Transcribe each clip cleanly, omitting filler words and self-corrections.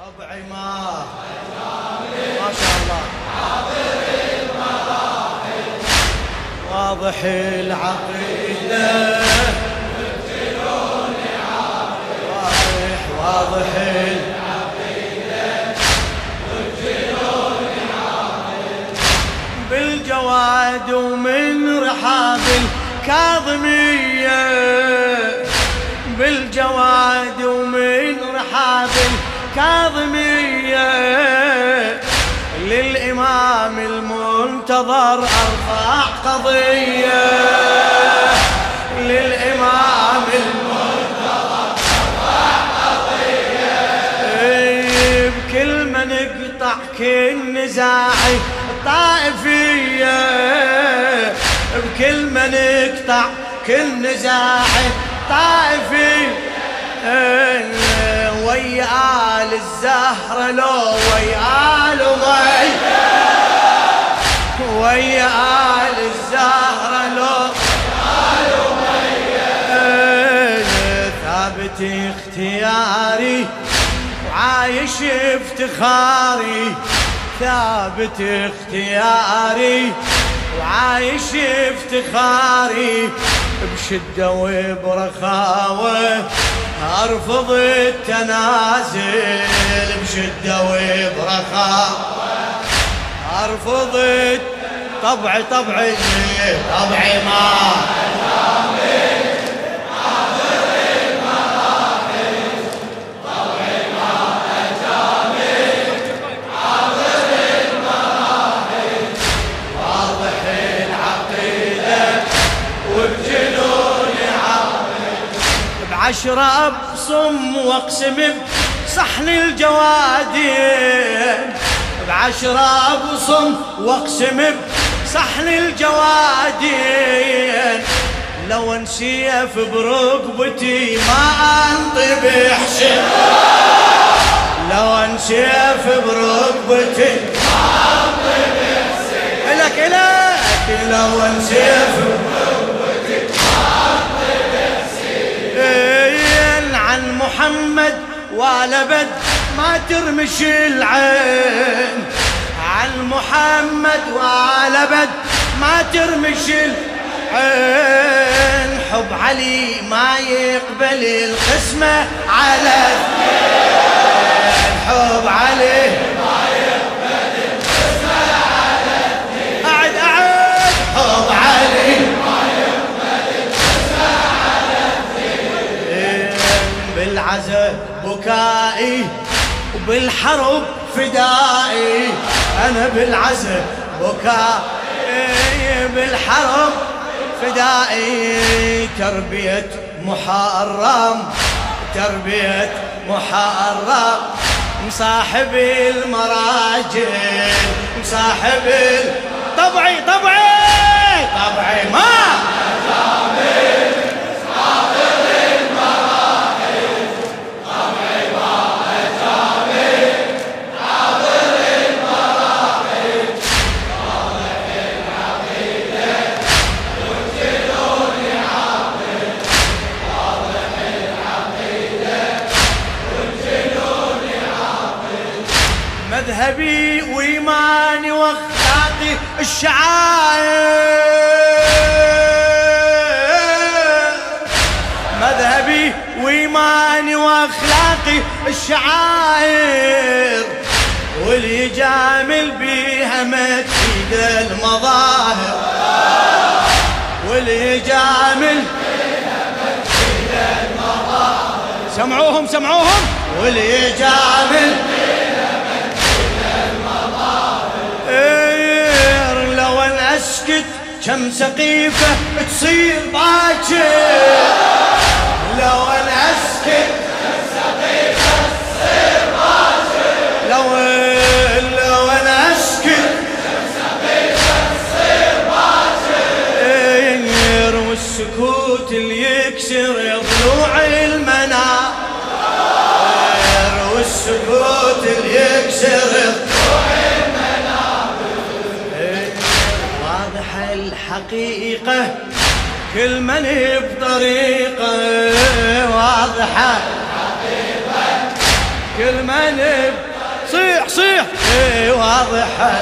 ربعي ما شاء الله واضح العقيدة واضح العقيدة بالجواد ومن رحاب الكاظمية بالجواد ومن رحاب الكاظمية للإمام المنتظر أرفع قضية للإمام المنتظر أرفع قضية بكل ما نقطع كل نزاعي الطائفية بكل ما نقطع كل نزاعي الطائفية ويا آل الزهرة لو ويا آل أمي ويا آل الزهرة لو آل أمي ثابت اختياري وعايش افتخاري ثابت اختياري وعايش افتخاري بشدة وبرخاوة أرفض التنازل بشدة وبرخاوة أرفض طبعي ما عشرة أبصم واقسم بصحن الجوادين بعشرة أبصم واقسم بصحن الجوادين لو انسيف بركبتي ما انطبح شيء لو انسيف بركبتي ما انطبح شيء إلك لو انسيف عن محمد ولبد ما ترمش العين عن محمد ولبد ما ترمش العين حب علي ما يقبل القسمة على اثنين حب علي ما يقبل القسمة على اثنين أعد حب علي بالعزاء بكائي وبالحرب فدائي أنا بالعزاء بكائي بالحرب فدائي تربية محرم مصاحب المراجل مصاحب طبعي ما مذهبي وإيماني واخلاقي الشعائر مذهبي وإيماني واخلاقي الشعائر واللي يجامل بيها ما تفيد المظاهر واللي يجامل بيها ما تفيد المظاهر سمعوهم واللي يجامل لو أنا أسكت كم سقيفة تصير باكر لو أنا أسكت كم سقيفة تصير باكر لو أنا أسكت كم سقيفة تصير باكر والسكوت اللي يكسر ضلوع المنابر والسكوت اللي يكسر الحقيقة كل من بطريقة واضحة الحقيقة كل من صيح صيح اي واضحة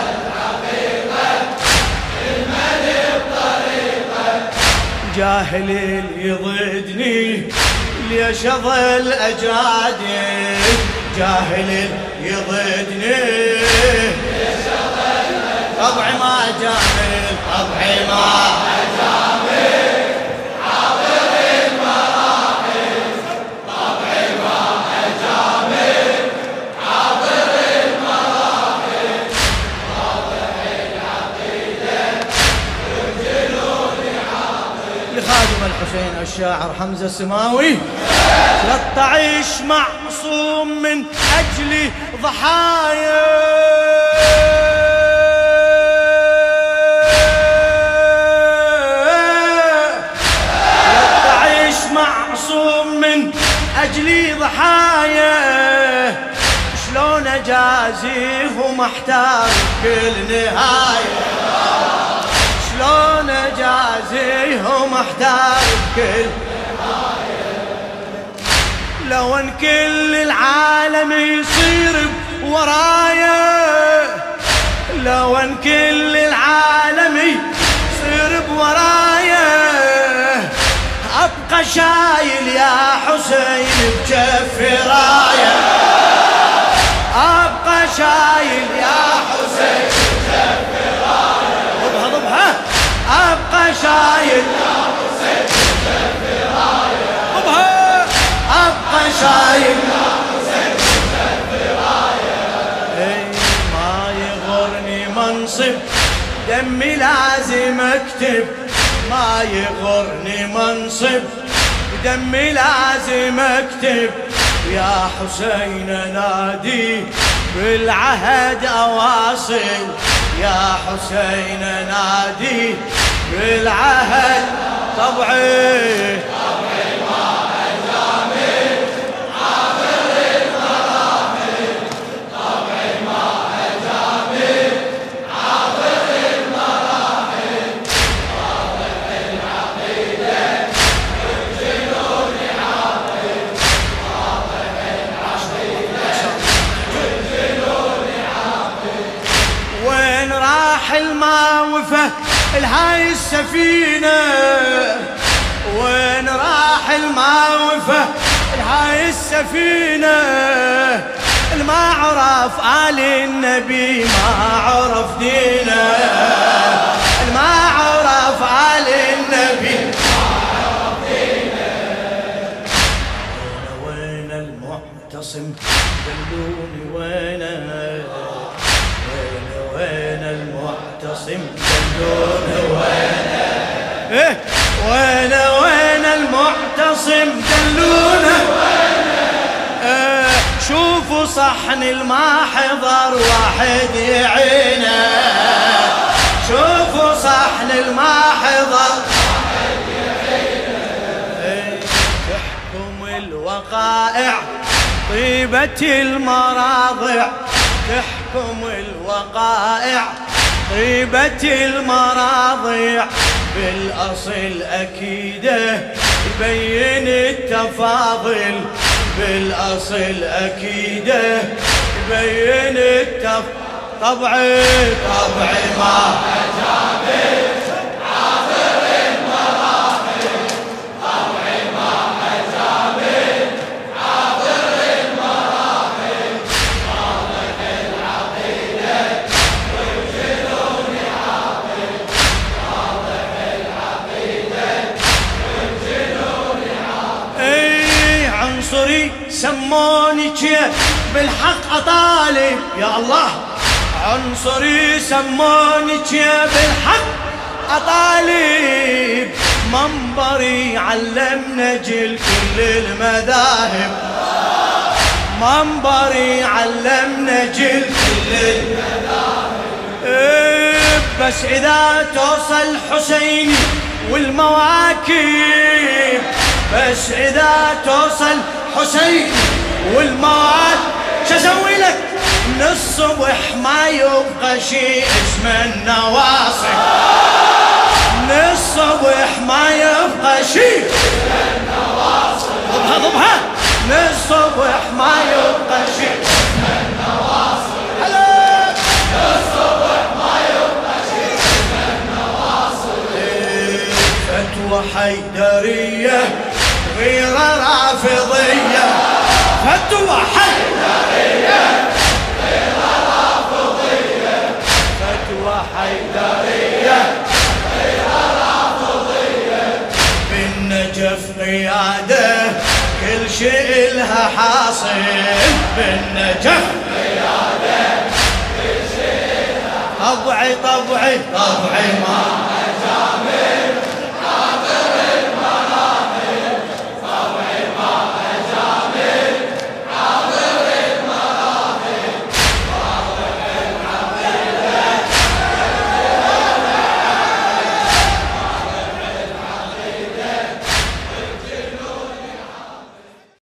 جاهل يضدني ليش اظل اجادل جاهل يضدني ليش اظل طبعي ما جامل طبعي ما جامل حاضر المراحل طبعي ما جامل حاضر المراحل واضح العقيدة والجنود عاقل لخادم الحسين الشاعر حمزة السماوي 13 معصوم من أجل ضحايا أجلي ضحايا شلون أجازيه ومحتار كل نهاية شلون أجازيه ومحتار كل نهاية لو أن كل العالم يصير ورايا لو أن كل العالم يصير بورايا أبقى شايل يا حسين بجف راية أبقى شايل يا حسين بجف راية ضبها ضبها أبقى شايل يا حسين بجف راية ضبها أبقى شايل يا حسين بجف راية اي ما يغرني منصب دمي لازم اكتب ما يغرني منصب دمي لازم اكتب يا حسين نادي بالعهد اواصل يا حسين نادي بالعهد طبعي ما اجامل حاضر المراحل طبعي ما اجامل حاضر المراحل الماوفة الهاي السفينة وين راح الماوفة الهاي السفينة الما عرف آل النبي ما عرف دينه الما عرف آل النبي ما عرف دينه وين المعتصم دلوني وينه وين المعتصم دلونا وين وين المعتصم دلونا شوفوا صحن الما حضر واحد يعينه شوفوا صحن الما حضر واحد يعينه تحكم الوقائع طيبة المراضع تحكم الوقائع طيبة المراضع بالأصل أكيدة يبين التفاضل بالأصل أكيدة يبين طبعي ما أجامل حاضر المراحل طبعي ما أجامل حاضر المراحل واضح العقيدة والجنون عاقل واضح العقيدة والجنون عاقل اي عنصري سموني كيف بالحق أطالب يا الله عنصري سموني بالحق أطالب منبري علمنا جل كل المذاهب منبري علمنا جل كل المذاهب بس إذا توصل حسيني والمواكب بس إذا توصل حسيني والمواكب شو اسوي لك من الصبح ما يبقى شيء اسمه النواصب من الصبح ما يبقى شيء اسمه النواصب ضبها ضبها من للصبح ما يبقى شيء من النواصل. للصبح ما يبقى شيء من النواصل. فتوى حيدرية غير رافضية. فتوى حيدرية غير رافضية. فتوى حيدرية غير رافضية. بالنجف قيادة كل شيء لها حاصل. بالنجف قيادة كل شيء لها. طبعي طبعي طبعي ما أجامل.